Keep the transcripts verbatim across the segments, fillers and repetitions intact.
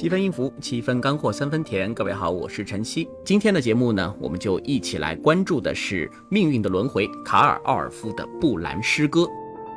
几分音符，七分干货，三分甜。各位好，我是晨曦。今天的节目呢，我们就一起来关注的是命运的轮回，卡尔奥尔夫的布兰诗歌。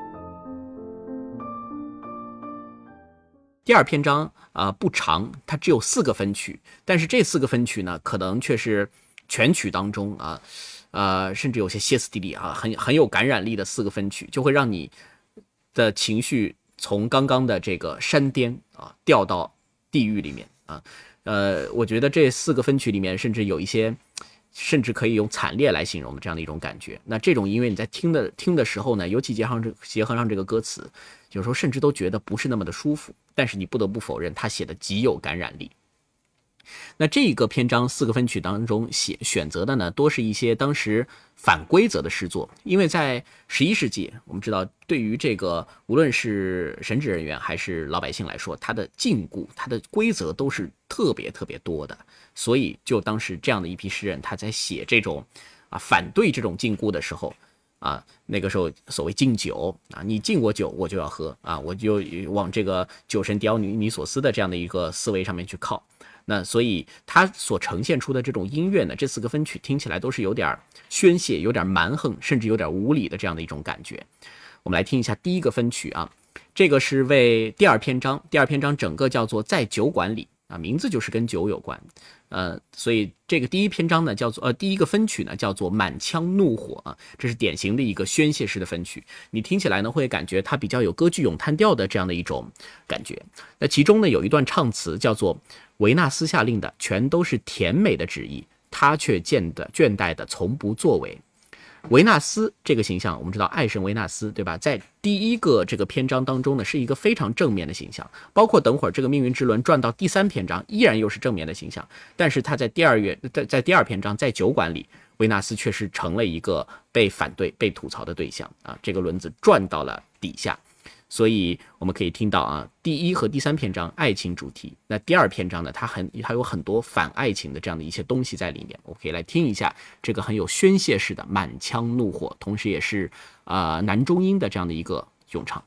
第二篇章啊、呃、不长，它只有四个分曲，但是这四个分曲呢，可能却是全曲当中啊，呃，甚至有些歇斯底里啊，很很有感染力的四个分曲，就会让你的情绪从刚刚的这个山巅啊掉到地狱里面啊。呃，我觉得这四个分曲里面，甚至有一些，甚至可以用惨烈来形容的这样的一种感觉。那这种音乐你在听的听的时候呢，尤其结合上这结合上这个歌词，有时候甚至都觉得不是那么的舒服。但是你不得不否认，他写的极有感染力。那这个篇章四个分曲当中写选择的呢，多是一些当时反规则的诗作。因为在十一世纪，我们知道对于这个无论是神职人员还是老百姓来说，他的禁锢、他的规则都是特别特别多的。所以就当时这样的一批诗人，他在写这种啊反对这种禁锢的时候啊，那个时候所谓敬酒啊，你敬我酒，我就要喝啊，我就往这个酒神狄奥尼尼索斯的这样的一个思维上面去靠。那所以他所呈现出的这种音乐呢，这四个分曲听起来都是有点宣泄、有点蛮横，甚至有点无理的这样的一种感觉。我们来听一下第一个分曲啊，这个是为第二篇章，第二篇章整个叫做在酒馆里啊，名字就是跟酒有关。呃，所以这个第一篇章呢，叫做呃第一个分曲呢叫做满腔怒火啊，这是典型的一个宣泄式的分曲。你听起来呢会感觉它比较有歌剧咏叹调的这样的一种感觉。那其中呢有一段唱词叫做维纳斯下令的全都是甜美的旨意，他却见的倦怠的从不作为。维纳斯这个形象，我们知道爱神维纳斯，对吧？在第一个这个篇章当中呢，是一个非常正面的形象，包括等会儿这个命运之轮转到第三篇章，依然又是正面的形象。但是他在第二月，在在第二篇章，在酒馆里，维纳斯却是成了一个被反对、被吐槽的对象啊。这个轮子转到了底下。所以我们可以听到啊，第一和第三篇章爱情主题，那第二篇章呢，它很它有很多反爱情的这样的一些东西在里面。我可以来听一下这个很有宣泄式的满腔怒火，同时也是啊、呃、男中音的这样的一个咏唱。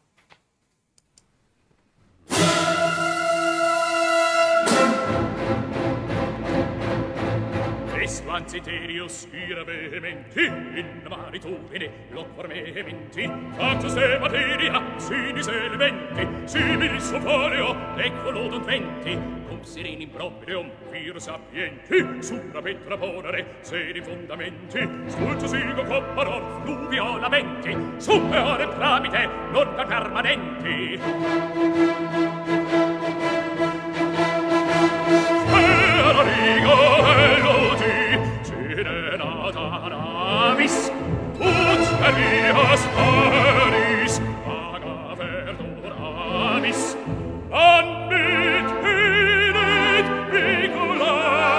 Ansiterius ira vehementi in maritudine loquor vehementi factus e materia sinis elementi similis sofolio ecco lodum venti cum sereni improprium vir sapienti sura petra ponere seri fondamenti stulto sigo comparor fluviolamenti superiore tramite non da permanenti spera rigo Navis, ut servias paris, vaga verdoravis, ambit hinet vicula,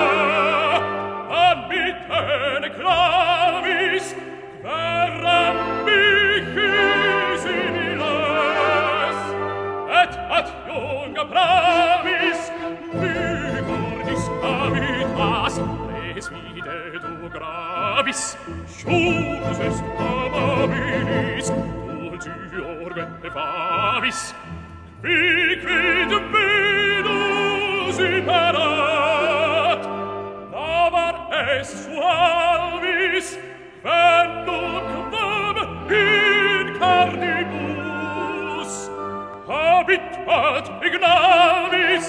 ambit ene clavis, queram bicis similas, et at iunga pravis, vigordis habitas, les vide tu gravis, Sciurus est amabilis, dulcior favis, quicquid Venus imperat, labar est suavis, vendum quam in carnibus, habitat ignavis.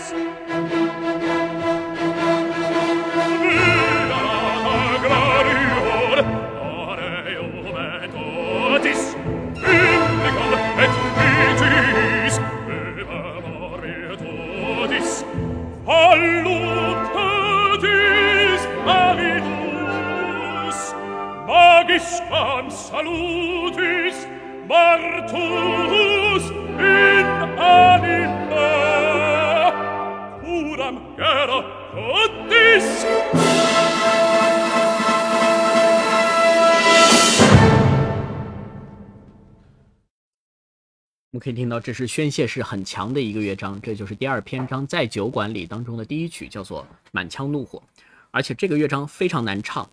Magiscam salutis, martus in anima, curam gera codis. 我们可以听到这是宣泄式很强的一个乐章，这就是第二篇章在酒馆里当中的第一曲，叫做满腔怒火。而且这个乐章非常难唱，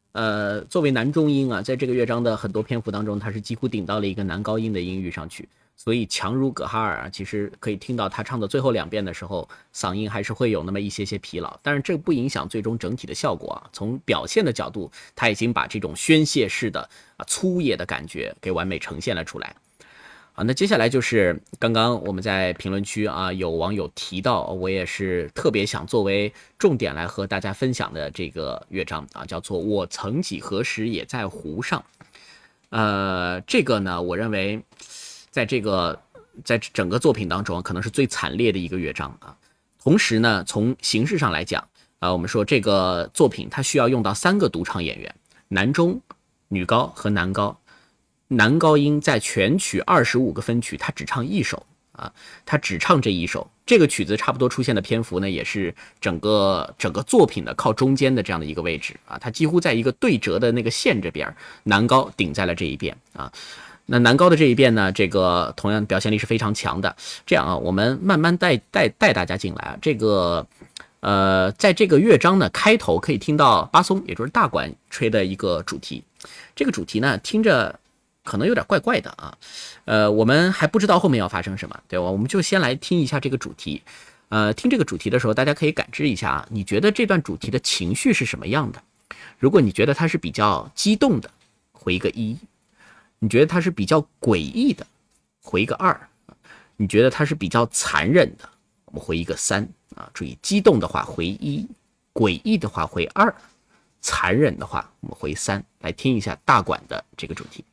呃，作为男中音啊，在这个乐章的很多篇幅当中，它是几乎顶到了一个男高音的音域上去， 所以强如葛哈尔啊，其实可以听到他唱的最后两遍的时候，嗓音还是会有那么一些些疲劳，但是这不影响最终整体的效果啊。从表现的角度，他已经把这种宣泄式的啊粗野的感觉给完美呈现了出来。啊，那接下来就是刚刚我们在评论区啊有网友提到，我也是特别想作为重点来和大家分享的这个乐章啊，叫做我曾几何时也在湖上。呃，这个呢，我认为在这个在整个作品当中可能是最惨烈的一个乐章啊。同时呢，从形式上来讲啊，我们说这个作品它需要用到三个独唱演员，男中、女高和男高。男高音在全曲二十五个分曲，他只唱一首啊，他只唱这一首。这个曲子差不多出现的篇幅呢，也是整个整个作品的靠中间的这样的一个位置啊，他几乎在一个对折的那个线这边，男高顶在了这一边啊。那男高的这一边呢，这个同样表现力是非常强的。这样啊，我们慢慢带带带大家进来啊，这个呃，在这个乐章呢开头可以听到巴松，也就是大管吹的一个主题。这个主题呢，听着可能有点怪怪的啊，呃，我们还不知道后面要发生什么，对吧？我们就先来听一下这个主题，呃，听这个主题的时候，大家可以感知一下啊，你觉得这段主题的情绪是什么样的？如果你觉得它是比较激动的，回一个一；你觉得它是比较诡异的，回一个二；你觉得它是比较残忍的，我们回一个三啊。注意，激动的话回一，诡异的话回二，残忍的话我们回三。来听一下大管的这个主题。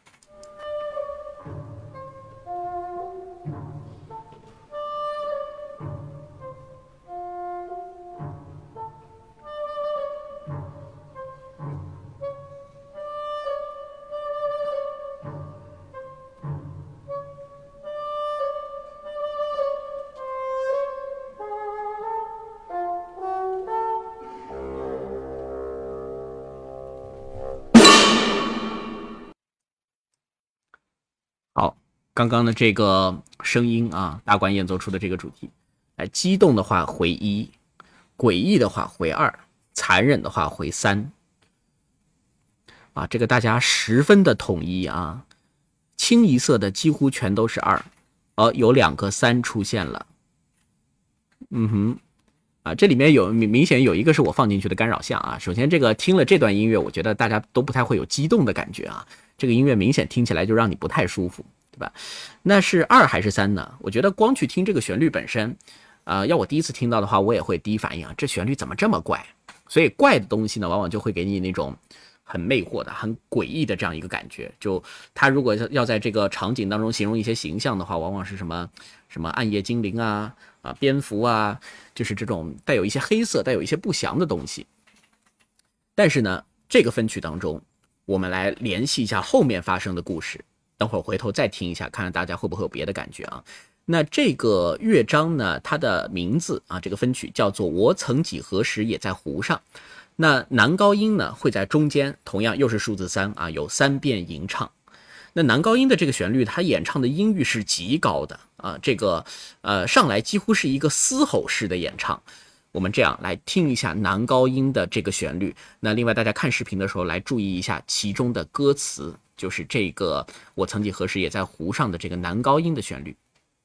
好，刚刚的这个声音啊，大管演奏出的这个主题，哎，激动的话回一，诡异的话回二，残忍的话回三，啊，这个大家十分的统一啊，清一色的几乎全都是二，呃，有两个三出现了，嗯哼，啊，这里面有明显有一个是我放进去的干扰项啊。首先，这个听了这段音乐，我觉得大家都不太会有激动的感觉啊。这个音乐明显听起来就让你不太舒服，对吧？那是二还是三呢？我觉得光去听这个旋律本身，呃，要我第一次听到的话，我也会第一反应啊，这旋律怎么这么怪？所以怪的东西呢，往往就会给你那种很魅惑的、很诡异的这样一个感觉。就它如果要在这个场景当中形容一些形象的话，往往是什么什么暗夜精灵啊、啊蝙蝠啊，就是这种带有一些黑色、带有一些不祥的东西。但是呢，这个分曲当中，我们来联系一下后面发生的故事，等会儿回头再听一下，看看大家会不会有别的感觉啊。那这个乐章呢，它的名字啊，这个分曲叫做我曾几何时也在湖上。那男高音呢会在中间，同样又是数字三啊，有三遍吟唱。那男高音的这个旋律，他演唱的音域是极高的啊，这个呃上来几乎是一个嘶吼式的演唱。我们这样来听一下男高音的这个旋律。那另外大家看视频的时候来注意一下其中的歌词，就是这个我曾几何时也在湖上的这个男高音的旋律。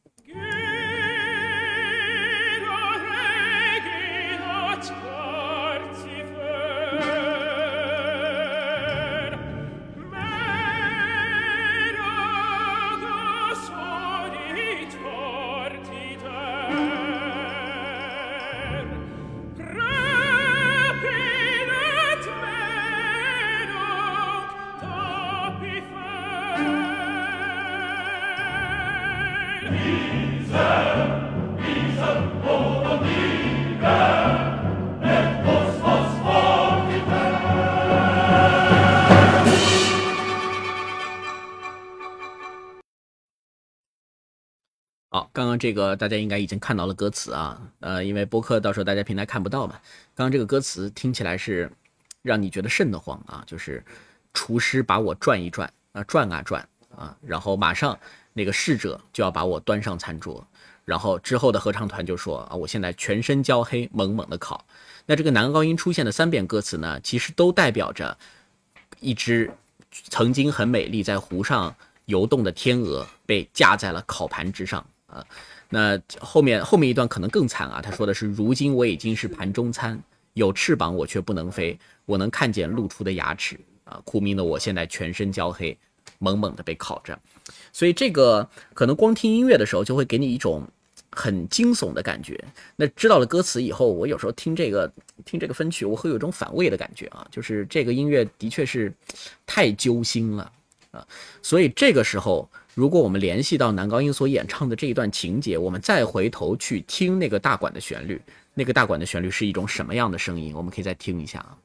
好，刚刚这个大家应该已经看到了歌词啊，呃，因为播客到时候大家平台看不到嘛。刚刚这个歌词听起来是让你觉得瘆得慌啊，就是厨师把我转一转啊，转啊转啊，然后马上那个侍者就要把我端上餐桌，然后之后的合唱团就说啊，我现在全身焦黑，猛猛的烤。那这个男高音出现的三遍歌词呢，其实都代表着一只曾经很美丽在湖上游动的天鹅被架在了烤盘之上啊。那后面后面一段可能更惨啊，他说的是如今我已经是盘中餐，有翅膀我却不能飞，我能看见露出的牙齿啊，苦命的我现在全身焦黑，猛猛的被烤着。所以这个可能光听音乐的时候就会给你一种很惊悚的感觉。那知道了歌词以后，我有时候听这个听这个分曲，我会有一种反胃的感觉啊，就是这个音乐的确是太揪心了啊。所以这个时候，如果我们联系到男高音所演唱的这一段情节，我们再回头去听那个大管的旋律，那个大管的旋律是一种什么样的声音？我们可以再听一下啊。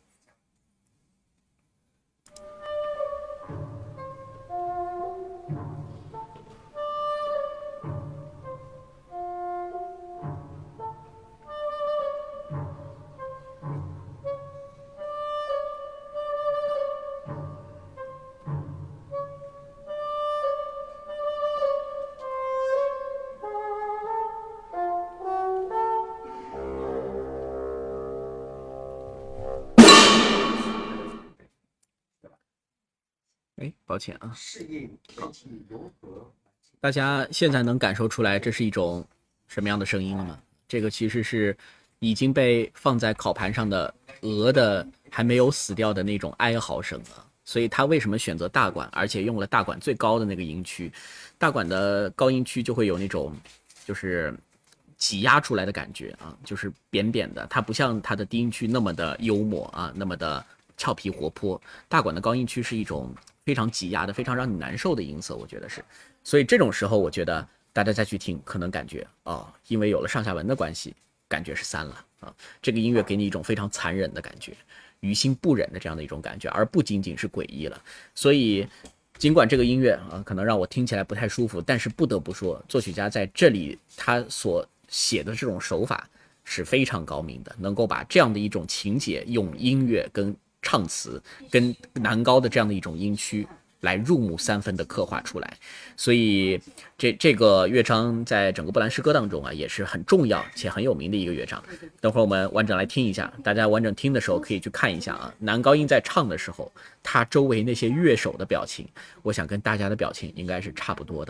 哎，抱歉啊，大家现在能感受出来这是一种什么样的声音了吗？这个其实是已经被放在烤盘上的鹅的还没有死掉的那种哀嚎声啊。所以他为什么选择大管，而且用了大管最高的那个音区？大管的高音区就会有那种就是挤压出来的感觉啊，就是扁扁的，它不像它的低音区那么的幽默啊，那么的俏皮活泼。大管的高音区是一种非常挤压的、非常让你难受的音色，我觉得是。所以这种时候，我觉得大家再去听，可能感觉哦，因为有了上下文的关系，感觉是三了啊。这个音乐给你一种非常残忍的感觉，于心不忍的这样的一种感觉，而不仅仅是诡异了。所以，尽管这个音乐啊，可能让我听起来不太舒服，但是不得不说，作曲家在这里他所写的这种手法是非常高明的，能够把这样的一种情节用音乐跟唱词跟男高的这样的一种音区来入木三分的刻画出来。所以这这个乐章在整个波兰诗歌当中啊，也是很重要且很有名的一个乐章。等会儿我们完整来听一下，大家完整听的时候可以去看一下啊，男高音在唱的时候，他周围那些乐手的表情，我想跟大家的表情应该是差不多的。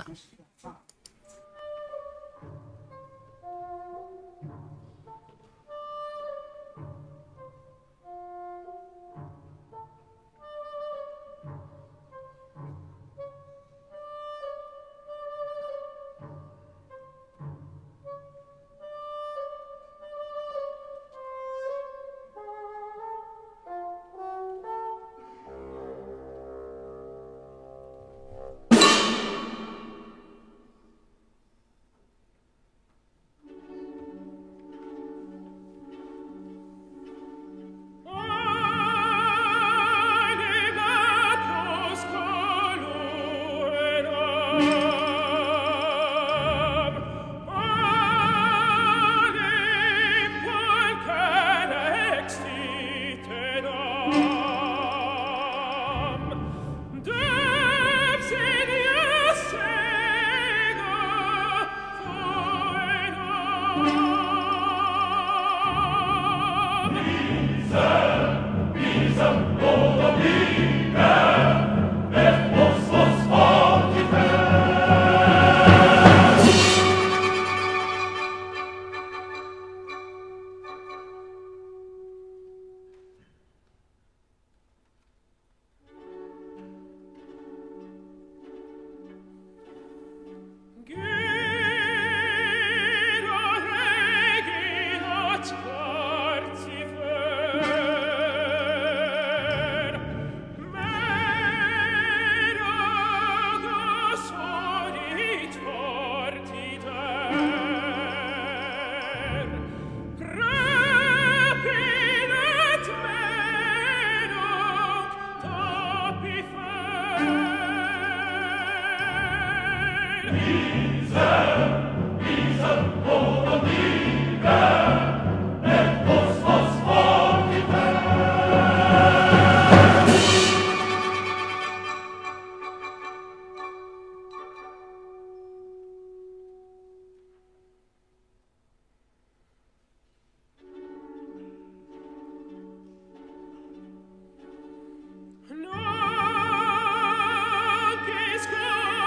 Non capisco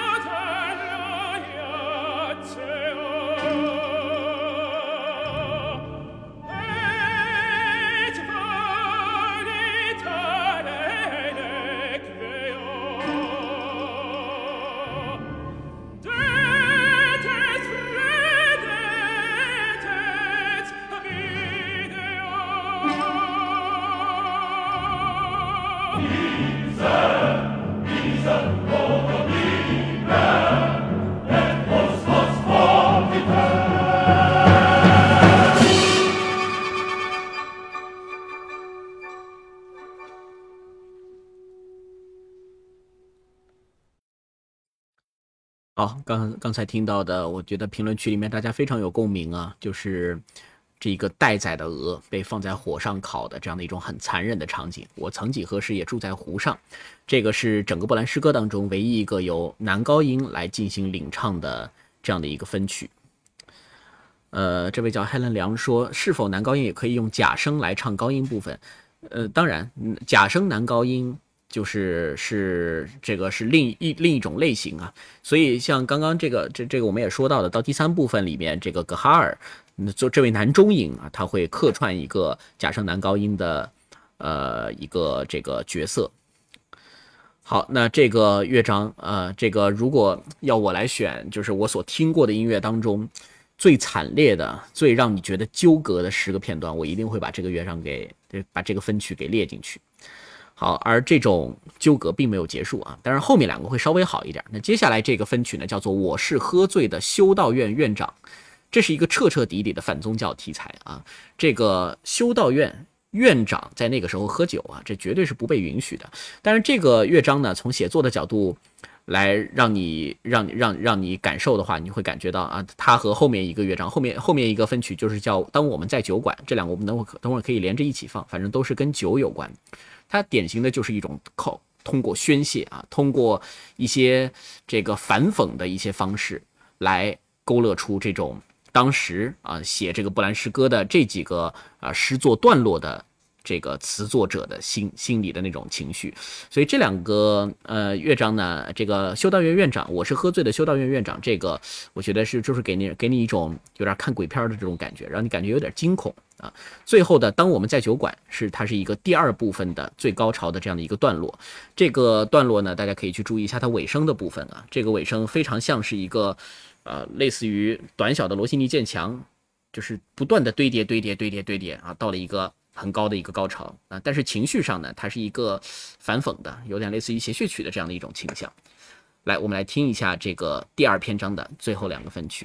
好，刚刚才听到的，我觉得评论区里面大家非常有共鸣啊，就是这个待宰的鹅被放在火上烤的这样的一种很残忍的场景。我曾几何时也住在湖上，这个是整个波兰诗歌当中唯一一个由男高音来进行领唱的这样的一个分曲。呃，这位叫 Helen 梁说，是否男高音也可以用假声来唱高音部分？呃，当然，假声男高音就是是这个是另一另一种类型啊。所以像刚刚这个这这个我们也说到的，到第三部分里面，这个格哈尔就这位男中音啊，他会客串一个假声男高音的呃一个这个角色。好，那这个乐章呃，这个如果要我来选，就是我所听过的音乐当中最惨烈的、最让你觉得纠葛的十个片段，我一定会把这个乐章给把这个分曲给列进去。好，而这种纠葛并没有结束啊，当然后面两个会稍微好一点。那接下来这个分曲呢，叫做《我是喝醉的修道院院长》，这是一个彻彻底底的反宗教题材啊。这个修道院院长在那个时候喝酒啊，这绝对是不被允许的。但是这个乐章呢，从写作的角度来让你让你让让你感受的话，你会感觉到啊，它和后面一个乐章，后面后面一个分曲就是叫《当我们在酒馆》，这两个我们等会等会可以连着一起放，反正都是跟酒有关。它典型的就是一种靠通过宣泄啊，通过一些这个反讽的一些方式来勾勒出这种当时啊写这个波兰诗歌的这几个啊诗作段落的这个词作者的心心里的那种情绪。所以这两个呃乐章呢，这个修道院院长，我是喝醉的修道院院长，这个我觉得是就是给你给你一种有点看鬼片的这种感觉，让你感觉有点惊恐啊。最后的当我们在酒馆是它是一个第二部分的最高潮的这样的一个段落。这个段落呢，大家可以去注意一下它尾声的部分啊，这个尾声非常像是一个呃类似于短小的罗西尼渐强，就是不断的堆叠堆叠堆叠堆叠啊，到了一个很高的一个高潮啊，但是情绪上呢，它是一个反讽的，有点类似于谐谑曲的这样的一种倾向。来，我们来听一下这个第二篇章的最后两个分曲。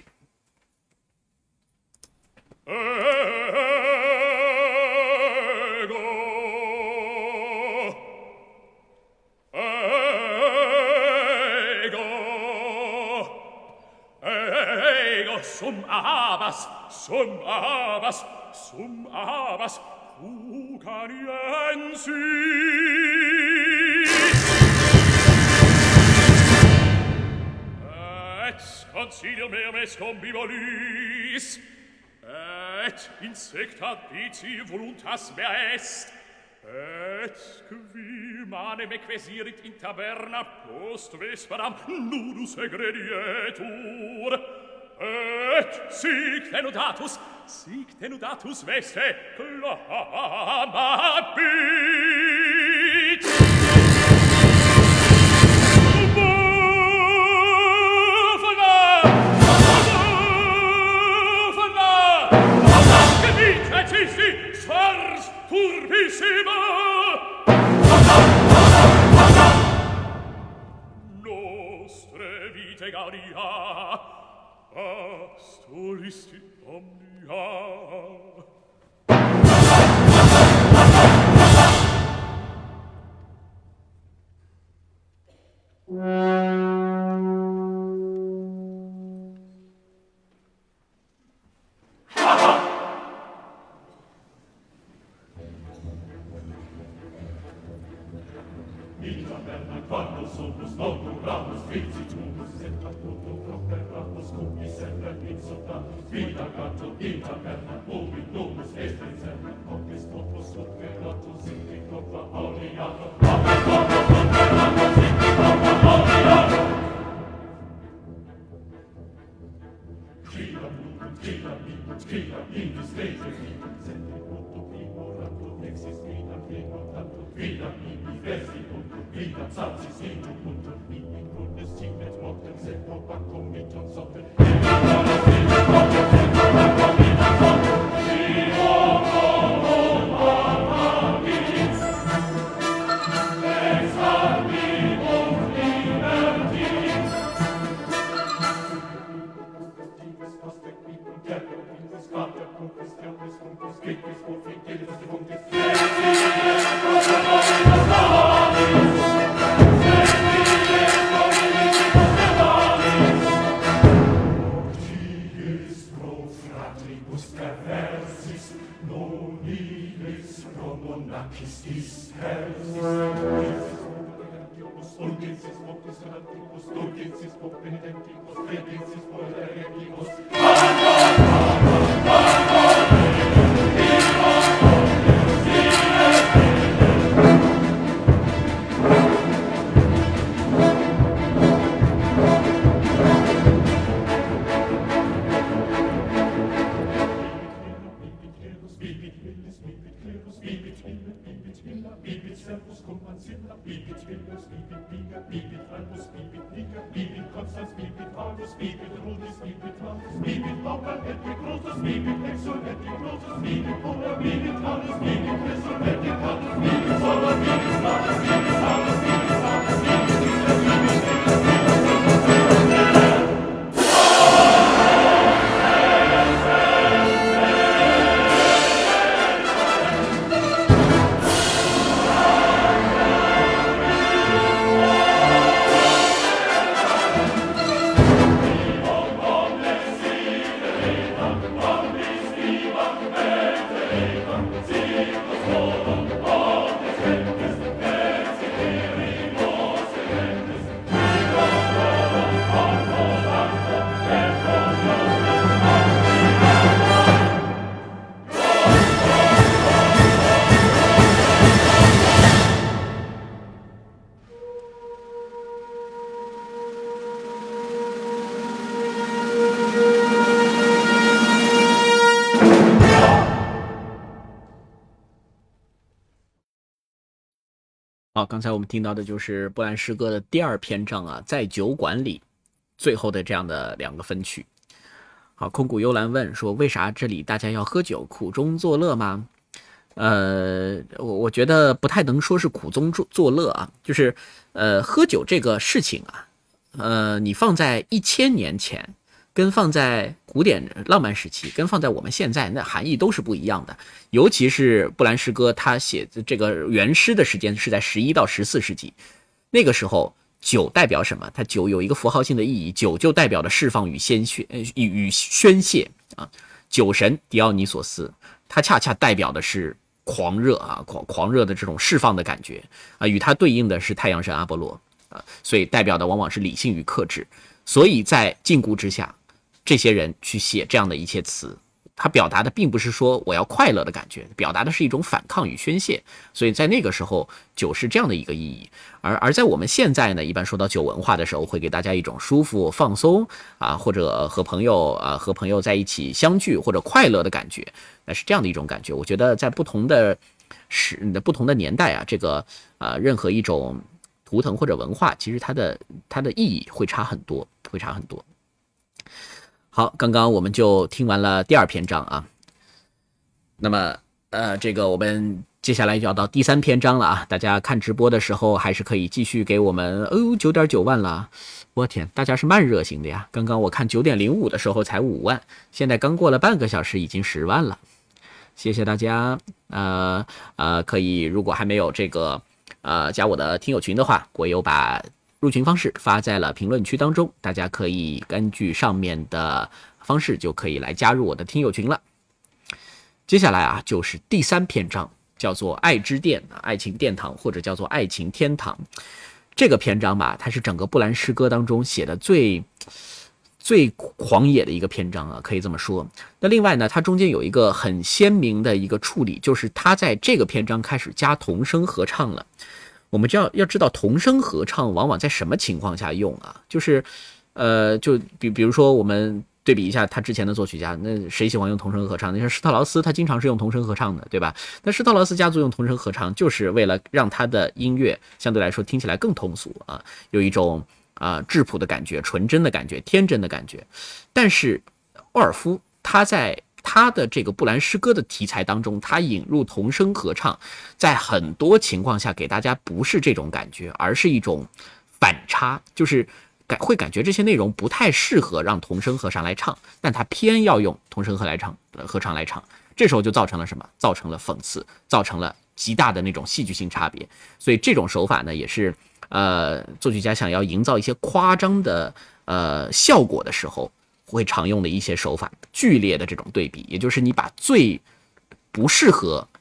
Sum abas, sum abas, sum abas, Lucaniensis. Et concilium meum est convivolis, et insecta dici voluntas mea est, et qui manem equesirit in taberna post vesperam nudus egredietur, et sic tenudatus, sic tenudatus veste clamabit. Bufala! Bufala! Que dicecisti, spars turbissima? Nostre vitae gaudia, Astolisti omnia. Quando sumus nocturamus visitumus et apputo properamus cubi semper insultamus vita canto in taberna ubi numus est in semper opus opus superatus in corpa aureato opus opus superatus in corpa aureato Cila nudum, cila minum, cila indus lege minum semper puto primorato exis vida primorato vida ibi versi Vida satis in punto in grundes timet mortem sed proba comitum soter Thank you. 好，刚才我们听到的就是布兰诗歌的第二篇章啊，在酒馆里最后的这样的两个分曲。好，空谷幽兰问说，为啥这里大家要喝酒，苦中作乐吗？呃，我我觉得不太能说是苦中作乐啊，就是呃，喝酒这个事情啊，呃，你放在一千年前，跟放在古典浪漫时期，跟放在我们现在，那含义都是不一样的。尤其是布兰诗歌，他写的这个原诗的时间是在十一到十四世纪，那个时候酒代表什么？它酒有一个符号性的意义，酒就代表了释放与鲜血与宣泄啊。酒神狄奥尼索斯，他恰恰代表的是狂热啊，狂狂热的这种释放的感觉啊，与它对应的是太阳神阿波罗啊，所以代表的往往是理性与克制。所以在禁锢之下，这些人去写这样的一些词，他表达的并不是说我要快乐的感觉，表达的是一种反抗与宣泄。所以在那个时候，酒是这样的一个意义。而而在我们现在呢，一般说到酒文化的时候，会给大家一种舒服、放松啊，或者和朋友啊和朋友在一起相聚或者快乐的感觉，那是这样的一种感觉。我觉得在不同的时、不同的年代啊，这个呃任何一种图腾或者文化，其实它的它的意义会差很多，会差很多。好，刚刚我们就听完了第二篇章啊，那么呃，这个我们接下来就要到第三篇章了啊。大家看直播的时候还是可以继续给我们哦，九点九万了，我天，大家是慢热型的呀。刚刚我看九点零五的时候才五万，现在刚过了半个小时已经十万了，谢谢大家。呃呃，可以，如果还没有这个呃加我的听友群的话，我有把入群方式发在了评论区当中，大家可以根据上面的方式就可以来加入我的听友群了。接下来啊，就是第三篇章，叫做爱之殿、爱情殿堂，或者叫做爱情天堂。这个篇章吧，它是整个布兰诗歌当中写的最最狂野的一个篇章啊，可以这么说。那另外呢，它中间有一个很鲜明的一个处理，就是它在这个篇章开始加童声合唱了。我们就要要知道童声合唱往往在什么情况下用啊？就是，呃，就比比如说我们对比一下他之前的作曲家，那谁喜欢用童声合唱？那像施特劳斯，他经常是用童声合唱的，对吧？那施特劳斯家族用童声合唱，就是为了让他的音乐相对来说听起来更通俗啊，有一种啊、呃、质朴的感觉、纯真的感觉、天真的感觉。但是奥尔夫他在他的这个布兰诗歌的题材当中，他引入童声合唱，在很多情况下给大家不是这种感觉，而是一种反差，就是感会感觉这些内容不太适合让童声合唱来唱，但他偏要用童声合来唱合唱来唱，这时候就造成了什么？造成了讽刺，造成了极大的那种戏剧性差别。所以这种手法呢，也是呃作曲家想要营造一些夸张的呃效果的时候会常用的一些手法，剧烈的这种对比，也就是你把最不适合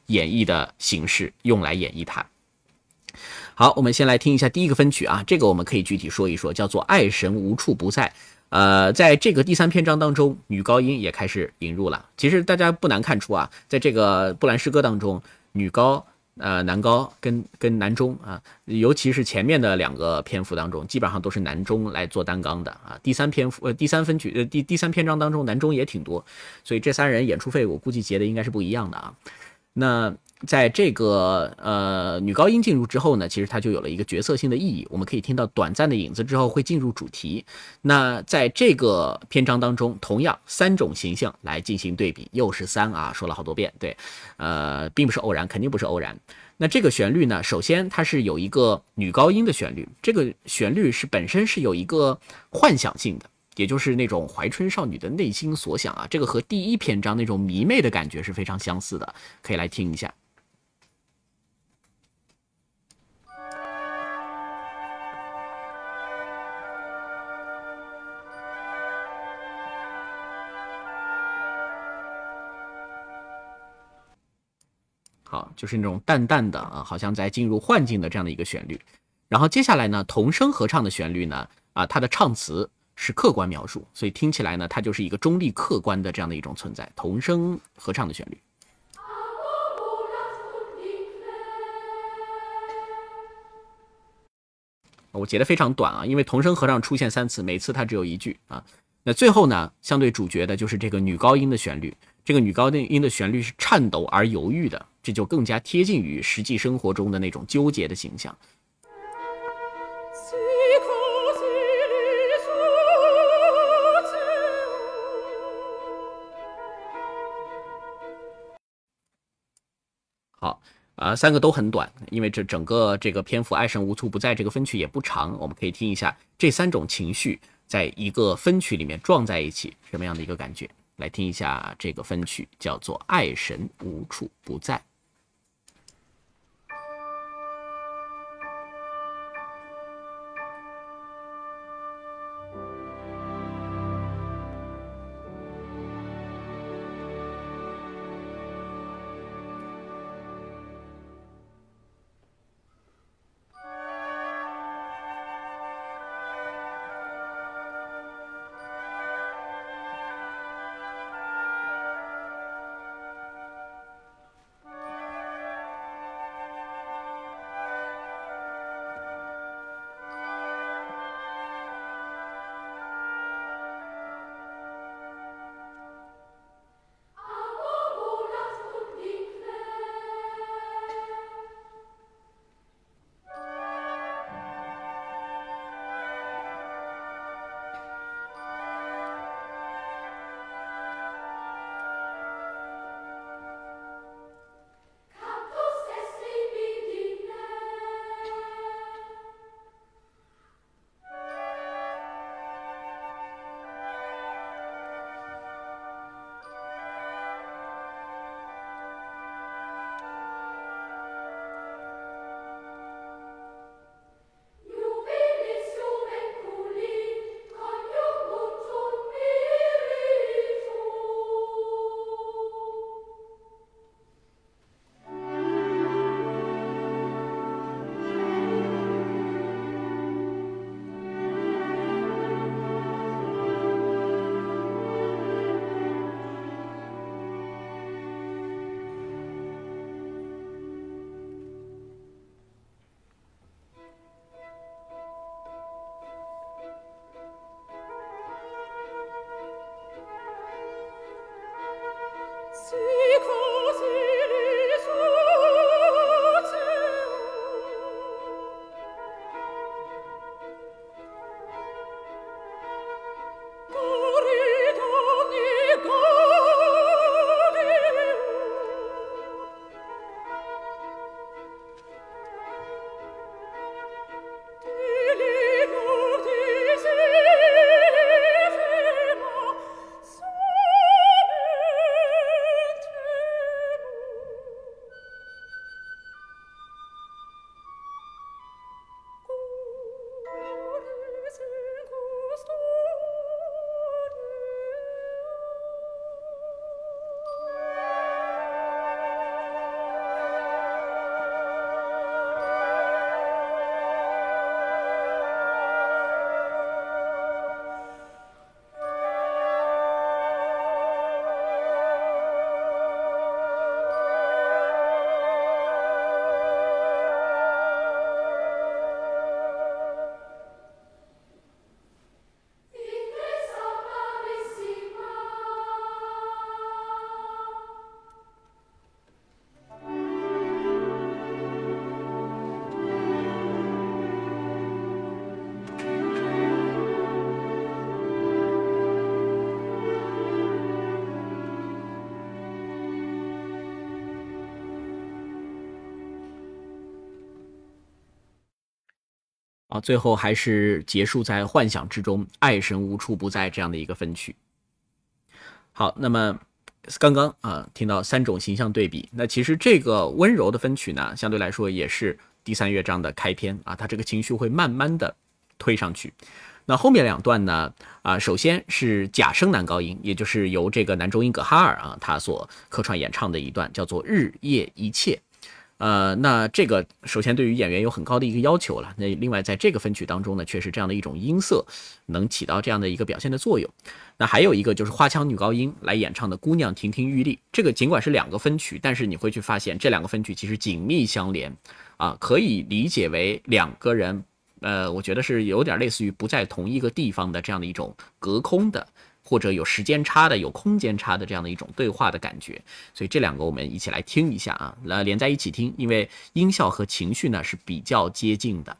演绎的形式用来演绎它。好，我们先来听一下第一个分曲啊，这个我们可以具体说一说，叫做爱神无处不在。呃，在这个第三篇章当中，女高音也开始引入了。其实大家不难看出啊，在这个布兰诗歌当中，女高、呃男高跟跟男中啊，尤其是前面的两个篇幅当中，基本上都是男中来做单纲的啊。第三篇幅呃第三分曲呃第第三篇章当中，男中也挺多，所以这三人演出费我估计结的应该是不一样的啊。那在这个呃女高音进入之后呢，其实它就有了一个角色性的意义。我们可以听到短暂的影子之后会进入主题。那在这个篇章当中，同样三种形象来进行对比，又是三啊，说了好多遍，对，呃，并不是偶然，肯定不是偶然。那这个旋律呢，首先它是有一个女高音的旋律，这个旋律是本身是有一个幻想性的。也就是那种怀春少女的内心所想啊，这个和第一篇章那种迷妹的感觉是非常相似的，可以来听一下。好，就是那种淡淡的啊，好像在进入幻境的这样的一个旋律。然后接下来呢，童声合唱的旋律呢，啊，它的唱词是客观描述，所以听起来呢，它就是一个中立客观的这样的一种存在。童声合唱的旋律，我截的非常短啊，因为童声合唱出现三次，每次它只有一句啊。那最后呢，相对主角的就是这个女高音的旋律，这个女高音的旋律是颤抖而犹豫的，这就更加贴近于实际生活中的那种纠结的形象。好，呃，三个都很短，因为这整个这个篇幅爱神无处不在这个分曲也不长，我们可以听一下这三种情绪在一个分曲里面撞在一起什么样的一个感觉。来听一下这个分曲，叫做爱神无处不在。 啊，最后还是结束在幻想之中，爱神无处不在这样的一个分曲。好，那么刚刚啊听到三种形象对比，那其实这个温柔的分曲呢，相对来说也是第三乐章的开篇啊，它这个情绪会慢慢的推上去。那后面两段呢，啊，首先是假声男高音，也就是由这个男中音葛哈尔啊他所客串演唱的一段，叫做日夜一切。呃，那这个首先对于演员有很高的一个要求了。那另外在这个分曲当中呢，确实这样的一种音色能起到这样的一个表现的作用。那还有一个就是花腔女高音来演唱的《姑娘亭亭玉立》，这个尽管是两个分曲，但是你会去发现这两个分曲其实紧密相连啊，可以理解为两个人，呃，我觉得是有点类似于不在同一个地方的这样的一种隔空的，或者有时间差的、有空间差的这样的一种对话的感觉。所以这两个我们一起来听一下啊，来连在一起听，因为音效和情绪呢是比较接近的。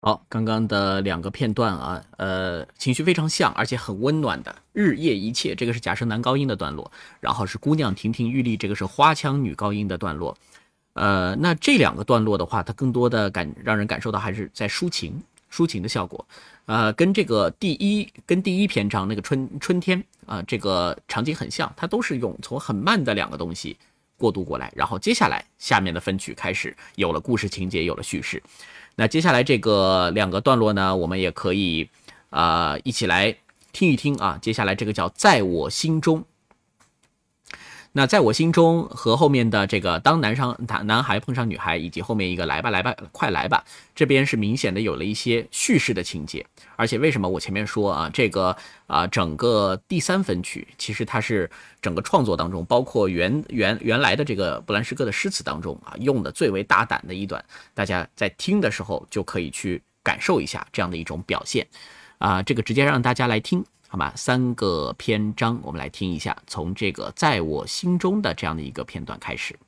好，刚刚的两个片段啊，呃，情绪非常像，而且很温暖的日夜一切，这个是假声男高音的段落，然后是姑娘亭亭玉立，这个是花腔女高音的段落。呃，那这两个段落的话，它更多的感让人感受到还是在抒情，抒情的效果。呃，跟这个第一跟第一篇章那个春春天啊、呃，这个场景很像，它都是用从很慢的两个东西过渡过来，然后接下来下面的分曲开始有了故事情节，有了叙事。那接下来这个两个段落呢，我们也可以啊、呃、一起来听一听啊。接下来这个叫在我心中。那在我心中和后面的这个当男上男孩碰上女孩，以及后面一个来吧来吧快来吧，这边是明显的有了一些叙事的情节。而且为什么我前面说啊，这个啊整个第三分曲其实它是整个创作当中，包括原原原来的这个布兰诗歌的诗词当中啊用的最为大胆的一段，大家在听的时候就可以去感受一下这样的一种表现啊。这个直接让大家来听。好吧，三个篇章我们来听一下，从这个在我心中的这样的一个片段开始。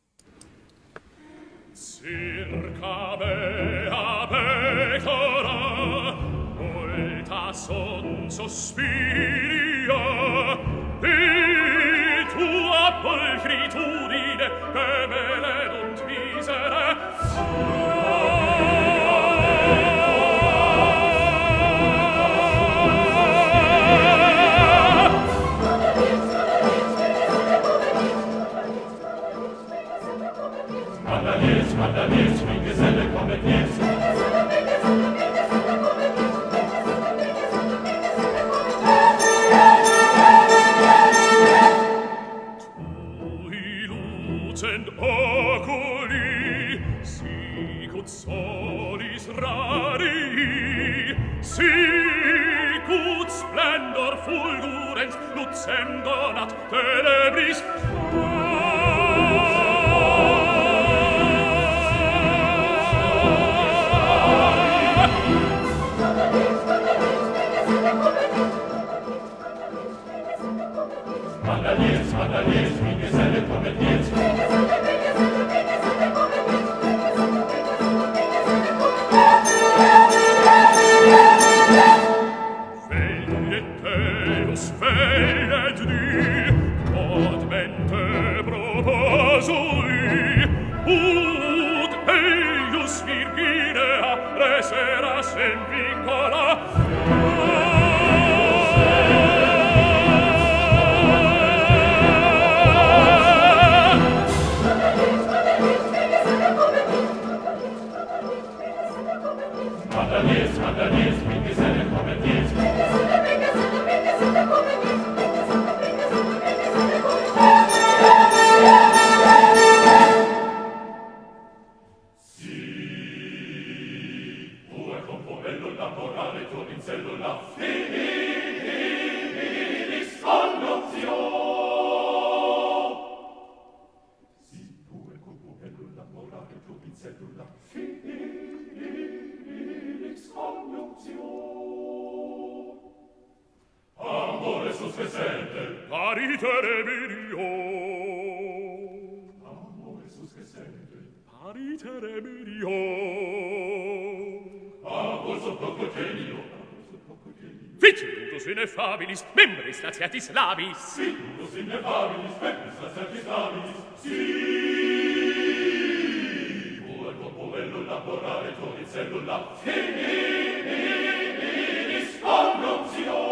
Fabilis, membris latiatis labis. Siculus ineffabilis, membris latiatis labis. Si, quod corpovello laborare torrit cellula, finilis connuntio.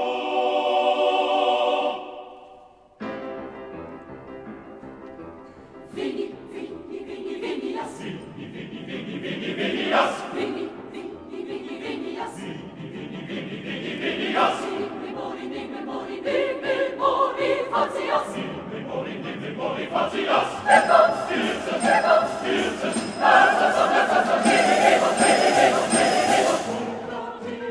Vini, vini, vini, vinias. Vini, vini, vini, vini, vinias. Vini, vini, vini, vinias. Vini, vini, vini, vini, vinias. Memori, memori, memori, facias. Memori, memori, facias. Ecco, stilse, ecco, stilse. Asa, asa, asa, asa, vini, vini, vini, vini, vini, vini, vini,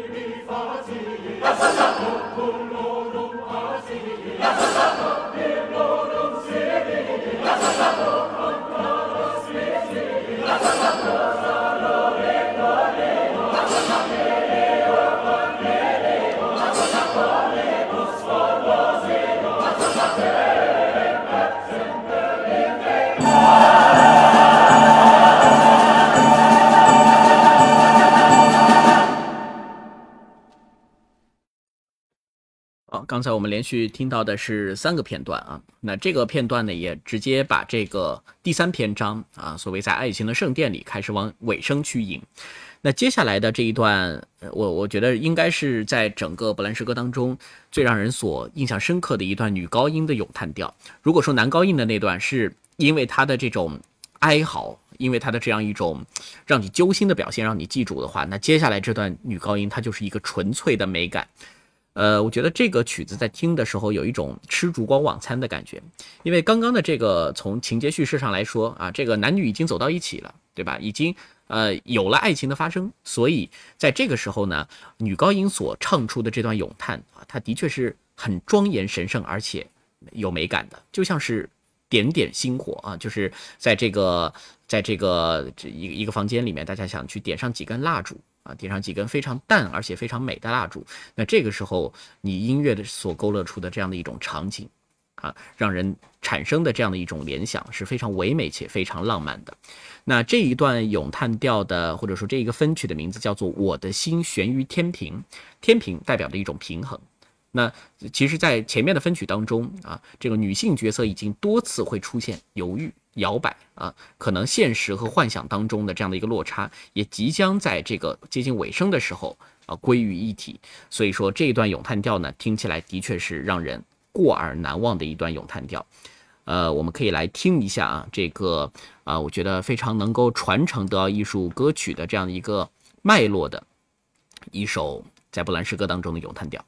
刚才我们连续听到的是三个片段啊，那这个片段呢，也直接把这个第三篇章啊，所谓在爱情的圣殿里开始往尾声去引。那接下来的这一段，我我觉得应该是在整个伯兰诗歌当中最让人所印象深刻的一段女高音的咏叹调。如果说男高音的那段是因为他的这种哀嚎，因为他的这样一种让你揪心的表现让你记住的话，那接下来这段女高音它就是一个纯粹的美感。呃，我觉得这个曲子在听的时候有一种吃烛光晚餐的感觉，因为刚刚的这个从情节叙事上来说啊，这个男女已经走到一起了，对吧？已经呃有了爱情的发生，所以在这个时候呢，女高音所唱出的这段咏叹啊，它的确是很庄严神圣，而且有美感的，就像是点点星火啊，就是在这个在这个这一个一个房间里面，大家想去点上几根蜡烛。啊，点上几根非常淡而且非常美的蜡烛，那这个时候你音乐的所勾勒出的这样的一种场景啊，让人产生的这样的一种联想是非常唯美且非常浪漫的。那这一段咏叹调的或者说这一个分曲的名字叫做我的心悬于天平，天平代表的一种平衡。那其实在前面的分曲当中啊，这个女性角色已经多次会出现犹豫摇摆啊，可能现实和幻想当中的这样的一个落差，也即将在这个接近尾声的时候啊归于一体。所以说这一段咏叹调呢，听起来的确是让人过耳难忘的一段咏叹调。呃，我们可以来听一下啊，这个啊，我觉得非常能够传承德奥艺术歌曲的这样一个脉络的一首在波兰诗歌当中的咏叹调。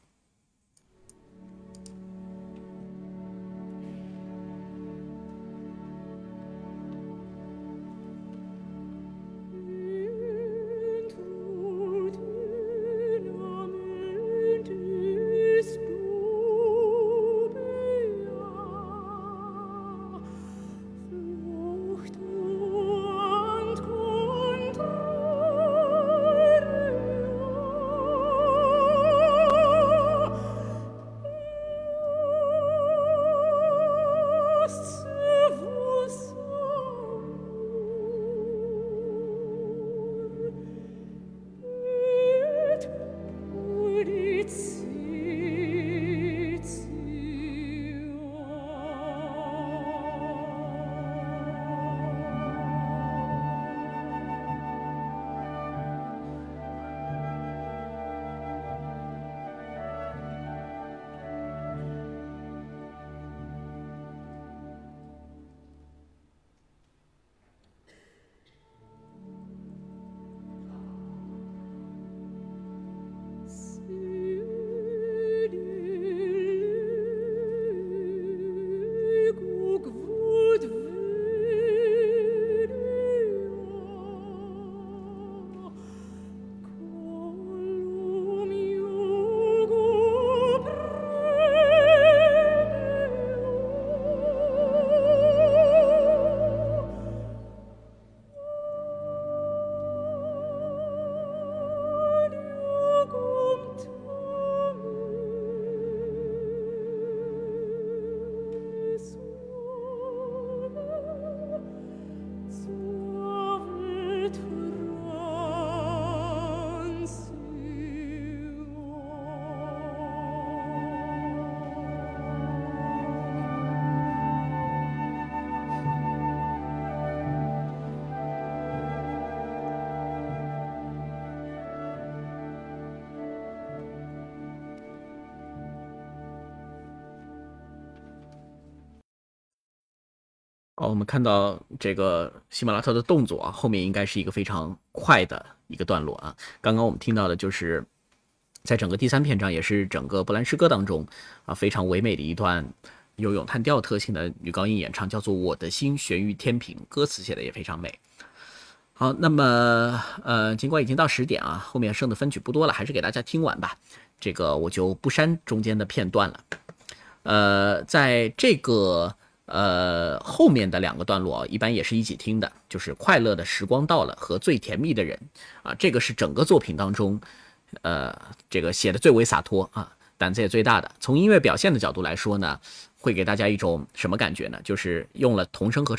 哦，我们看到这个西莫拉特的动作啊，后面应该是一个非常快的一个段落啊。刚刚我们听到的就是在整个第三篇章，也是整个波兰诗歌当中啊非常唯美的一段有咏叹调特性的女高音演唱，叫做《我的心悬于天平》，歌词写的也非常美。好，那么呃，尽管已经到十点啊，后面剩的分曲不多了，还是给大家听完吧。这个我就不删中间的片段了。呃，在这个。呃，后面的两个段落一般也是一起听的，就是快乐的时光到了和最甜蜜的人啊，这个是整个作品当中，呃，这个写的最为洒脱啊，胆子也最大的。从音乐表现的角度来说呢，会给大家一种什么感觉呢？就是用了童声合唱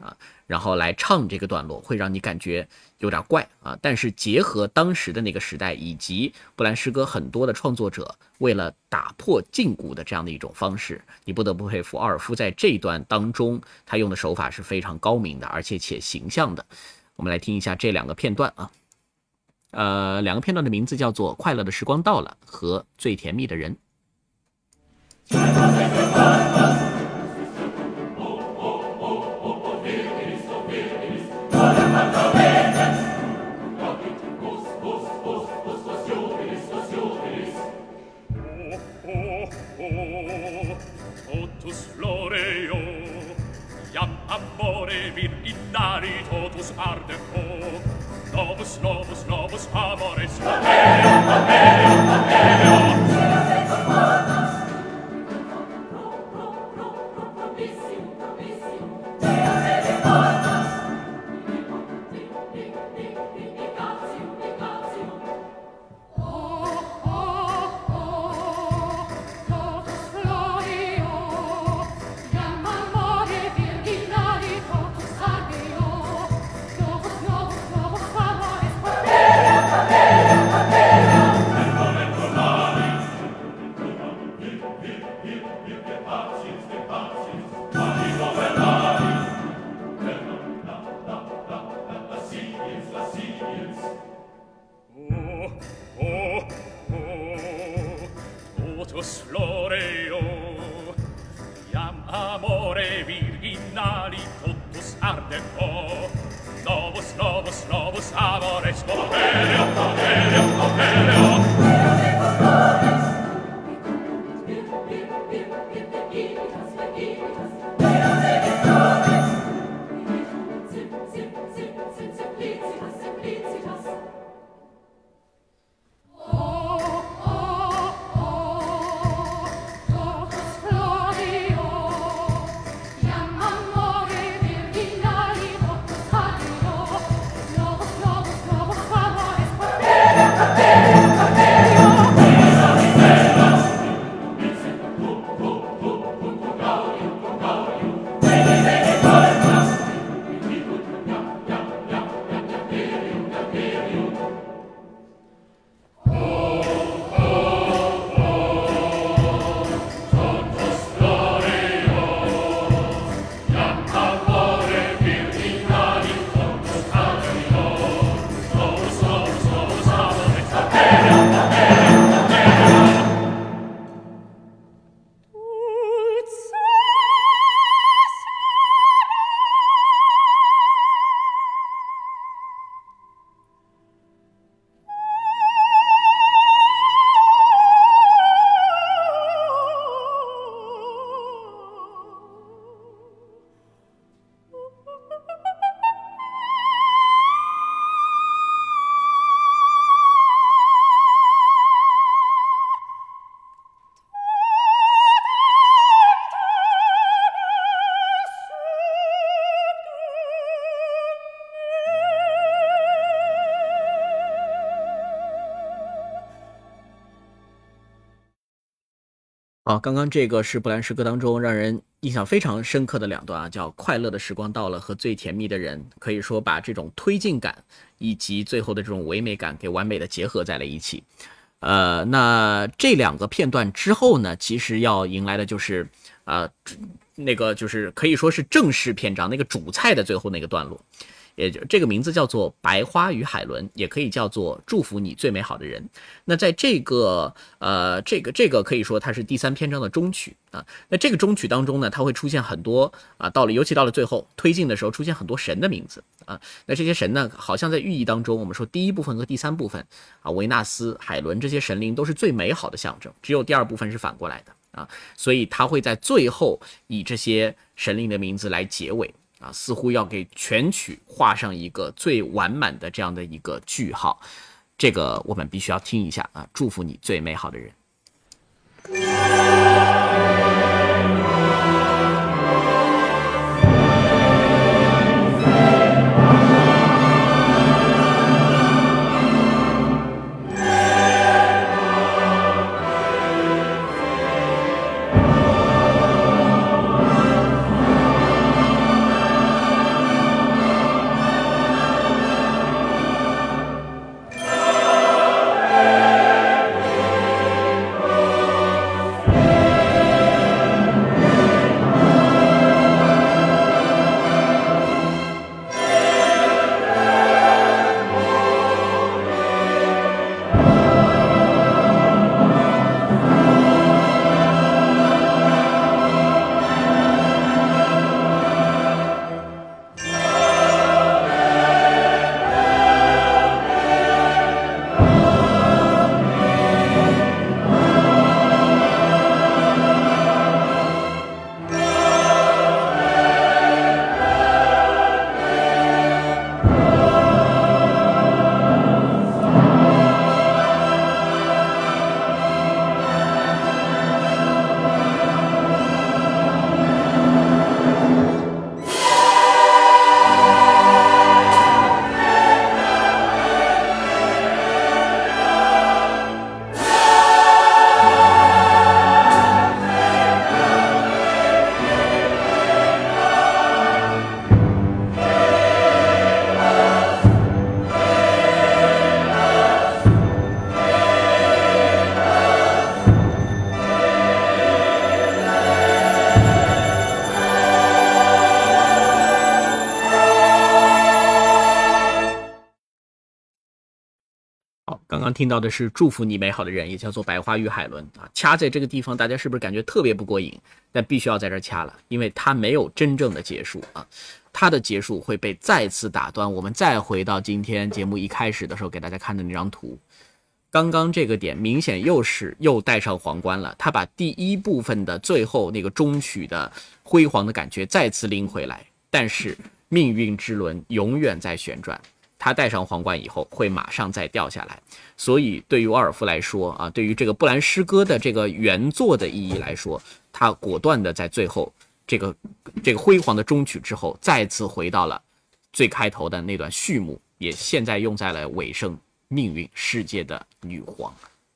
啊，然后来唱这个段落，会让你感觉有点怪啊。但是结合当时的那个时代以及布兰诗歌很多的创作者为了打破禁锢的这样的一种方式，你不得不佩服奥尔夫在这一段当中他用的手法是非常高明的，而且且形象的。我们来听一下这两个片段啊，呃，两个片段的名字叫做《快乐的时光到了》和《最甜蜜的人》。 Totus floreo, iam amore virginari totus ardeo, novus, novus, novus amores, Valerio, Valerio, Valerio. Totus floreo, iam amore virginali totus ardeo, novus, novus, novus amores, Valerio, Valerio, Valerio. 啊，刚刚这个是布兰诗歌当中让人印象非常深刻的两段啊，叫《快乐的时光到了》和《最甜蜜的人》，可以说把这种推进感以及最后的这种唯美感给完美的结合在了一起。呃，那这两个片段之后呢，其实要迎来的就是呃那个就是可以说是正式篇章那个主菜的最后那个段落。也就这个名字叫做《白花与海伦》，也可以叫做《祝福你最美好的人》。那在这个呃这个这个可以说它是第三篇章的中曲啊。那这个中曲当中呢，它会出现很多啊，到了尤其到了最后推进的时候，出现很多神的名字啊。那这些神呢，好像在寓意当中，我们说第一部分和第三部分啊，维纳斯、海伦这些神灵都是最美好的象征，只有第二部分是反过来的啊。所以它会在最后以这些神灵的名字来结尾。啊，似乎要给全曲画上一个最完满的这样的一个句号，这个我们必须要听一下啊！祝福你最美好的人。 好，刚刚听到的是祝福你美好的人，也叫做百花与海伦啊。掐在这个地方，大家是不是感觉特别不过瘾？但必须要在这儿掐了，因为它没有真正的结束啊，它的结束会被再次打断。我们再回到今天节目一开始的时候给大家看的那张图，刚刚这个点明显又是又戴上皇冠了，他把第一部分的最后那个终曲的辉煌的感觉再次拎回来，但是命运之轮永远在旋转。他戴上皇冠以后会马上再掉下来，所以对于沃尔夫来说啊，对于这个布兰诗歌的这个原作的意义来说，他果断的在最后这个这个辉煌的终曲之后，再次回到了最开头的那段序幕，也现在用在了尾声，命运世界的女皇。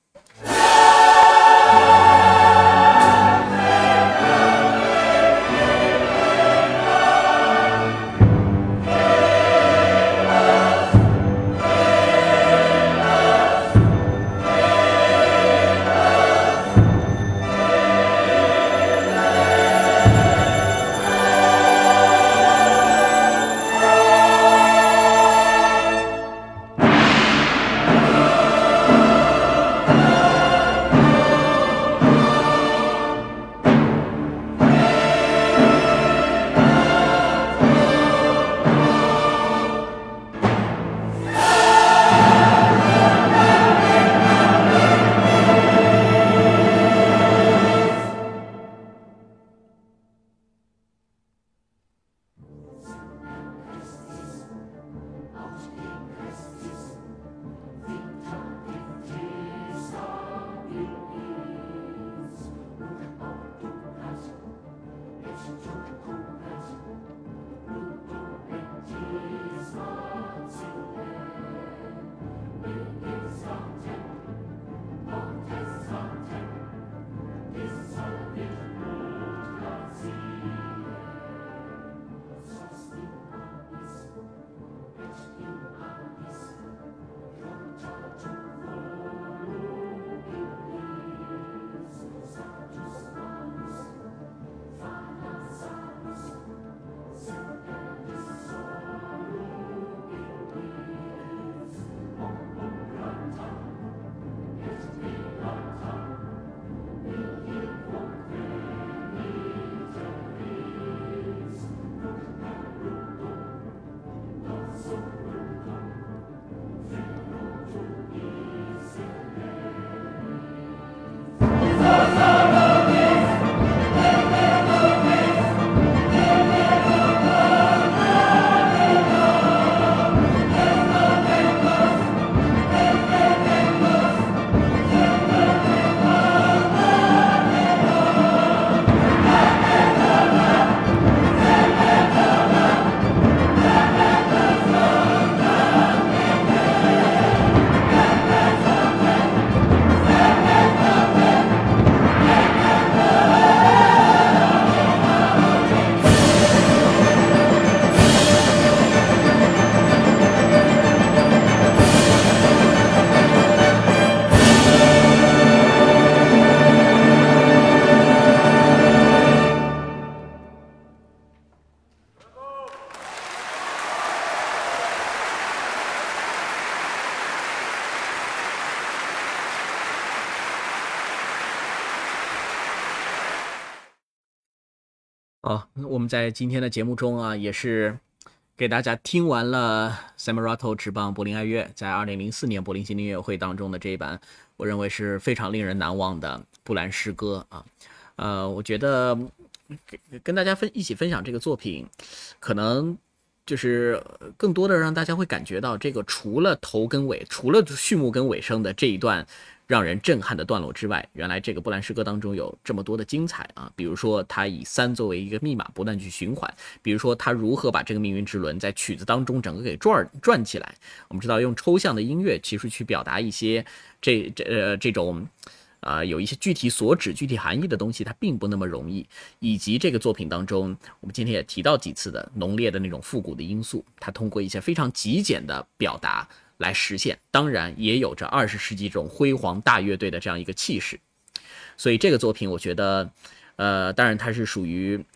好，我们在今天的节目中啊，也是给大家听完了 Samarato 执棒柏林爱乐在二零零四年柏林新音乐会当中的这一版，我认为是非常令人难忘的布兰诗歌啊。呃，我觉得跟大家分一起分享这个作品，可能就是更多的让大家会感觉到这个除了头跟尾，除了序幕跟尾声的这一段让人震撼的段落之外，原来这个布兰诗歌当中有这么多的精彩啊！比如说他以三作为一个密码不断去循环，比如说他如何把这个命运之轮在曲子当中整个给转转起来。我们知道用抽象的音乐其实去表达一些这这呃这种啊、呃、有一些具体所指具体含义的东西，它并不那么容易。以及这个作品当中，我们今天也提到几次的浓烈的那种复古的因素，它通过一些非常极简的表达来实现，当然也有着二十世纪这种辉煌大乐队的这样一个气势。所以这个作品我觉得呃，当然它是属于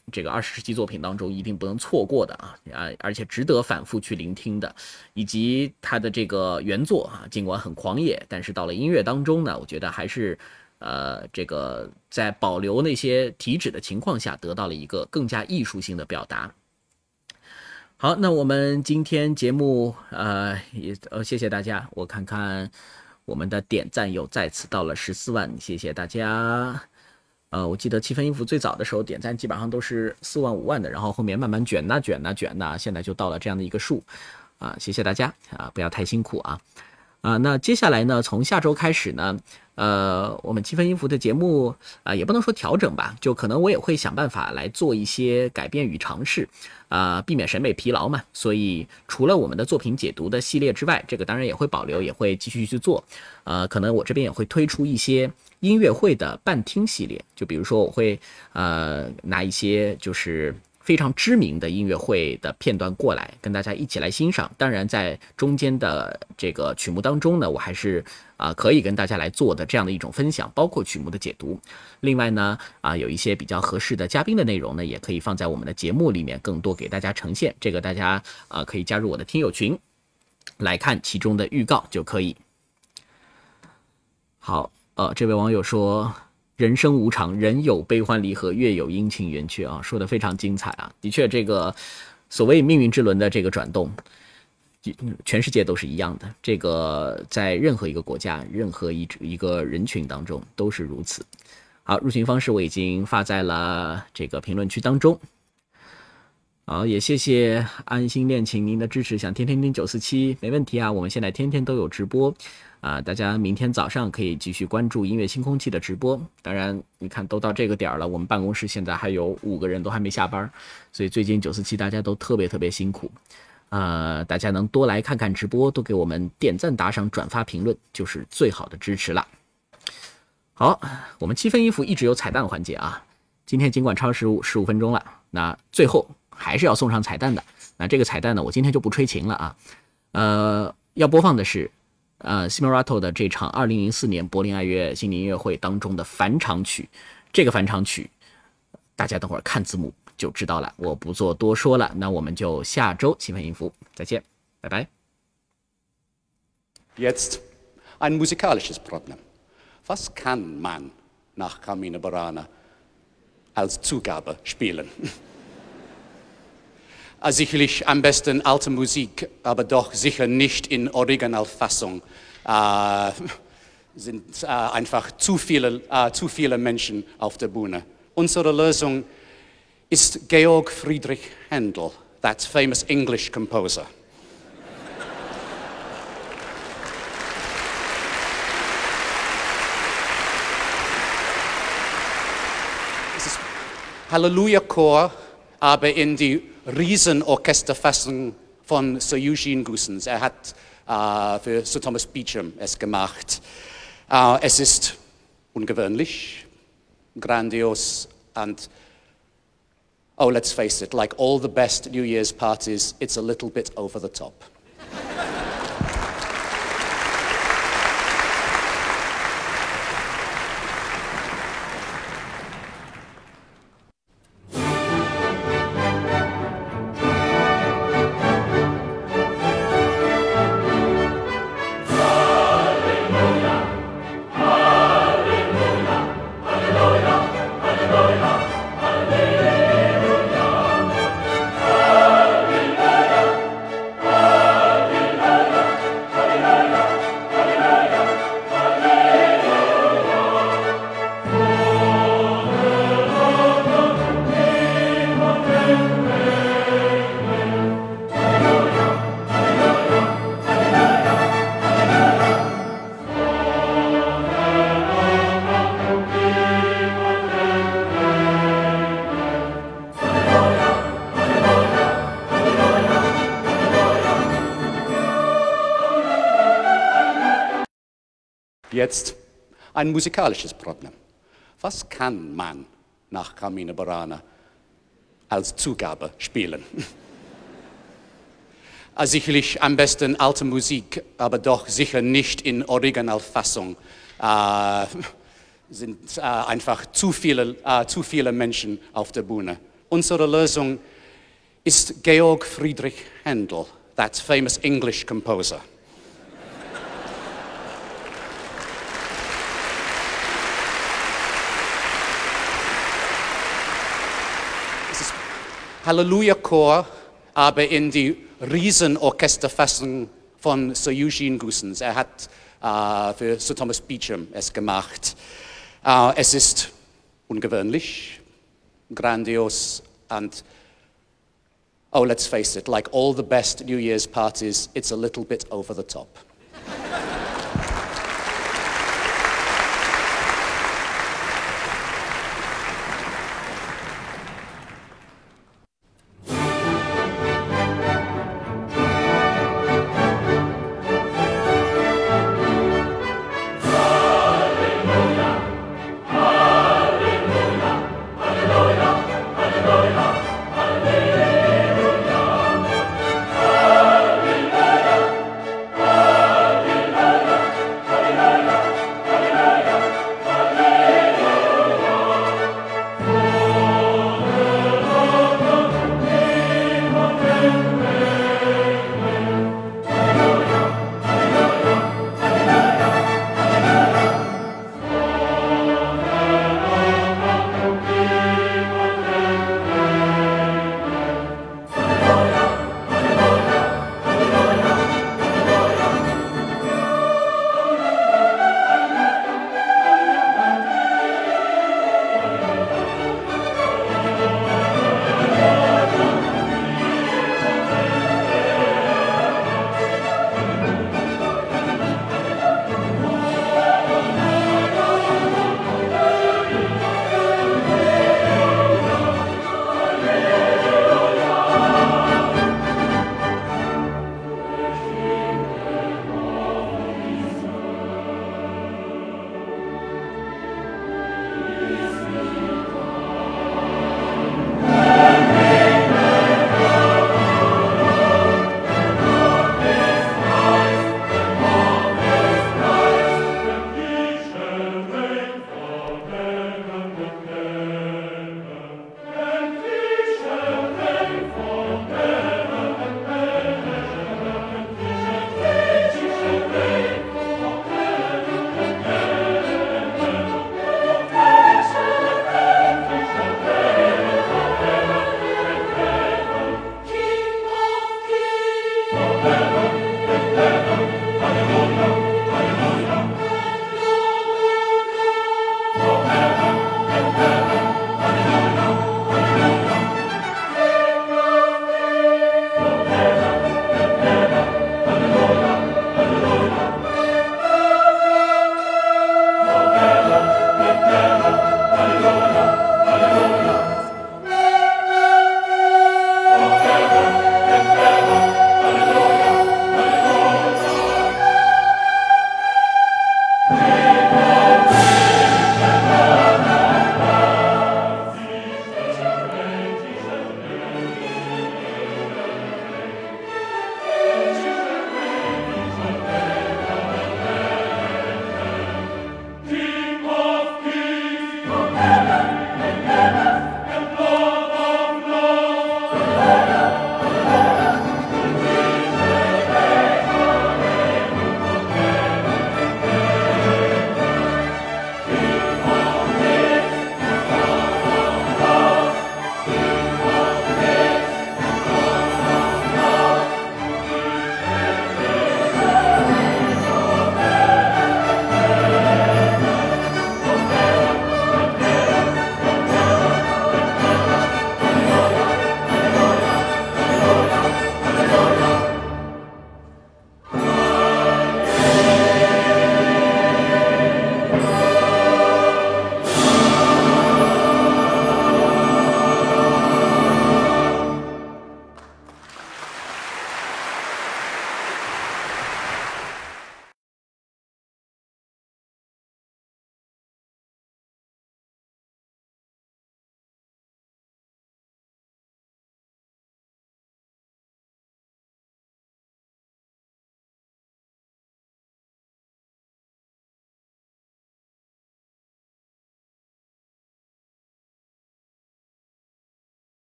这个二十世纪作品当中一定不能错过的啊啊，而且值得反复去聆听的，以及他的这个原作啊，尽管很狂野，但是到了音乐当中呢，我觉得还是呃这个在保留那些体旨的情况下，得到了一个更加艺术性的表达。好，那我们今天节目呃也呃谢谢大家，我看看我们的点赞又再次到了十四万，谢谢大家。呃，我记得七分音符最早的时候点赞基本上都是四万五万的，然后后面慢慢卷呐卷呐卷呐，现在就到了这样的一个数啊，谢谢大家啊，不要太辛苦啊啊。那接下来呢，从下周开始呢，呃，我们七分音符的节目啊、呃，也不能说调整吧，就可能我也会想办法来做一些改变与尝试。啊、呃，避免审美疲劳嘛，所以除了我们的作品解读的系列之外，这个当然也会保留，也会继续去做。呃，可能我这边也会推出一些音乐会的伴听系列，就比如说我会呃拿一些就是非常知名的音乐会的片段过来，跟大家一起来欣赏。当然，在中间的这个曲目当中呢，我还是啊、呃、可以跟大家来做的这样的一种分享，包括曲目的解读。另外呢，啊、呃、有一些比较合适的嘉宾的内容呢，也可以放在我们的节目里面，更多给大家呈现。这个大家啊、呃、可以加入我的听友群来看其中的预告就可以。好，呃，这位网友说。人生无常，人有悲欢离合，月有阴晴圆缺啊，说得非常精彩啊！的确，这个所谓命运之轮的这个转动，全世界都是一样的。这个在任何一个国家、任何一一个人群当中都是如此。好，入群方式我已经发在了这个评论区当中。好，也谢谢安心恋情您的支持，想天天听九四七没问题啊，我们现在天天都有直播。啊，大家明天早上可以继续关注音乐新空气的直播。当然，你看都到这个点了，我们办公室现在还有五个人都还没下班，所以最近九四七大家都特别特别辛苦。呃，大家能多来看看直播，多给我们点赞、打赏、转发、评论，就是最好的支持了。好，我们七分音符一直有彩蛋环节啊，今天尽管超时十五分钟了，那最后还是要送上彩蛋的。那这个彩蛋呢，我今天就不吹情了啊，呃，要播放的是。呃 Smerato 的这场二零零四年柏林爱乐新年音乐会当中的返场曲，这个返场曲大家等会儿看字幕就知道了，我不做多说了，那我们就下周七分音符再见，拜拜。 Jetzt ein musikalisches Problem. Was kann man nach Carmina Burana als Zugabe spielen? Sicherlich am besten alte Musik, aber doch sicher nicht in Originalfassung. Äh, sind äh, einfach zu viele, äh, zu viele Menschen auf der Bühne. Unsere Lösung ist Georg Friedrich Händel, that famous English composer. Es ist Halleluja-Chor, aber in die Riesenorchesterfassung von Sir Eugene Goossens. Er hat äh, für Sir Thomas Beecham es gemacht. Äh, es ist ungewöhnlich, grandios and, oh, let's face it, like all the best New Year's parties, it's a little bit over the top. Jetzt ein musikalisches Problem. Was kann man nach Carmina Burana als Zugabe spielen? Sicherlich am besten alte Musik, aber doch sicher nicht in Originalfassung. Äh, sind äh, einfach zu viele, äh, zu viele Menschen auf der Bühne. Unsere Lösung ist Georg Friedrich Händel, that famous English composer. Es ist Halleluja-Chor, aber in die Riesenorchesterfassung von Sir Eugene Goossens. Er hat uh, für Sir Thomas Beecham es gemacht. Uh, es ist ungewöhnlich, grandios, and oh, let's face it, like all the best New Year's parties, it's a little bit over the top.